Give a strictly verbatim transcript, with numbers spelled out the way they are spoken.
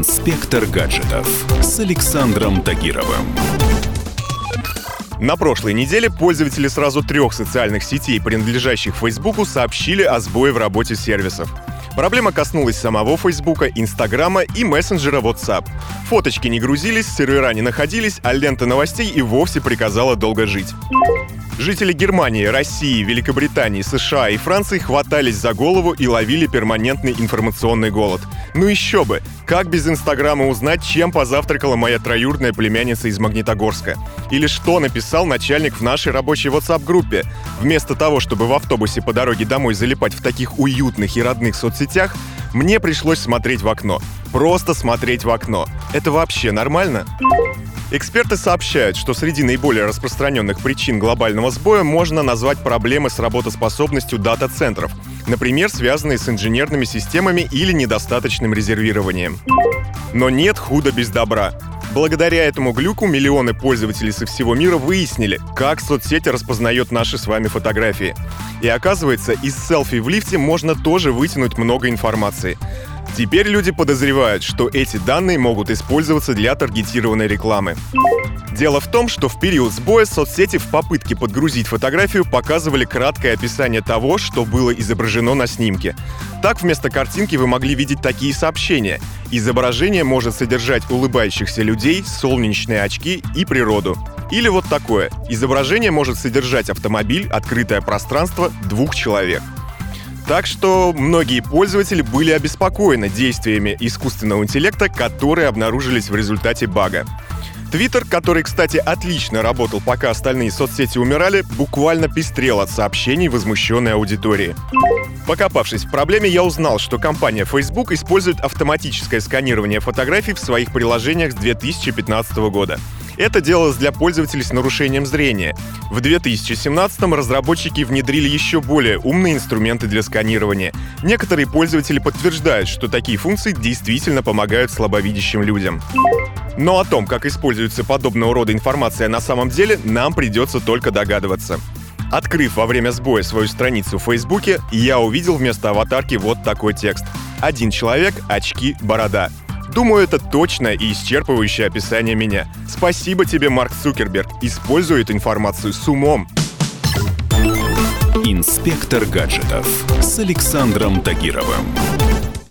Инспектор гаджетов с Александром Тагировым. На прошлой неделе пользователи сразу трех социальных сетей, принадлежащих Фейсбуку, сообщили о сбое в работе сервисов. Проблема коснулась самого Фейсбука, Инстаграма и мессенджера WhatsApp. Фоточки не грузились, сервера не находились, а лента новостей и вовсе приказала долго жить. Жители Германии, России, Великобритании, США и Франции хватались за голову и ловили перманентный информационный голод. Ну еще бы! Как без Инстаграма узнать, чем позавтракала моя троюродная племянница из Магнитогорска? Или что написал начальник в нашей рабочей WhatsApp-группе? Вместо того, чтобы в автобусе по дороге домой залипать в таких уютных и родных соцсетях, мне пришлось смотреть в окно. Просто смотреть в окно. Это вообще нормально? Эксперты сообщают, что среди наиболее распространенных причин глобального сбоя можно назвать проблемы с работоспособностью дата-центров, например, связанные с инженерными системами или недостаточным резервированием. Но нет худа без добра. Благодаря этому глюку миллионы пользователей со всего мира выяснили, как соцсеть распознает наши с вами фотографии. И оказывается, из селфи в лифте можно тоже вытянуть много информации. Теперь люди подозревают, что эти данные могут использоваться для таргетированной рекламы. Дело в том, что в период сбоя соцсети в попытке подгрузить фотографию показывали краткое описание того, что было изображено на снимке. Так, вместо картинки вы могли видеть такие сообщения. Изображение может содержать улыбающихся людей, солнечные очки и природу. Или вот такое. Изображение может содержать автомобиль, открытое пространство, двух человек. Так что многие пользователи были обеспокоены действиями искусственного интеллекта, которые обнаружились в результате бага. Твиттер, который, кстати, отлично работал, пока остальные соцсети умирали, буквально пестрел от сообщений возмущенной аудитории. Покопавшись в проблеме, я узнал, что компания Facebook использует автоматическое сканирование фотографий в своих приложениях с две тысячи пятнадцатого года. Это делалось для пользователей с нарушением зрения. В две тысячи семнадцатом разработчики внедрили еще более умные инструменты для сканирования. Некоторые пользователи подтверждают, что такие функции действительно помогают слабовидящим людям. Но о том, как используется подобного рода информация на самом деле, нам придется только догадываться. Открыв во время сбоя свою страницу в Фейсбуке, я увидел вместо аватарки вот такой текст. Один человек, очки, борода. Думаю, это точное и исчерпывающее описание меня. Спасибо тебе, Марк Цукерберг. Используй эту информацию с умом. Инспектор гаджетов с Александром Тагировым.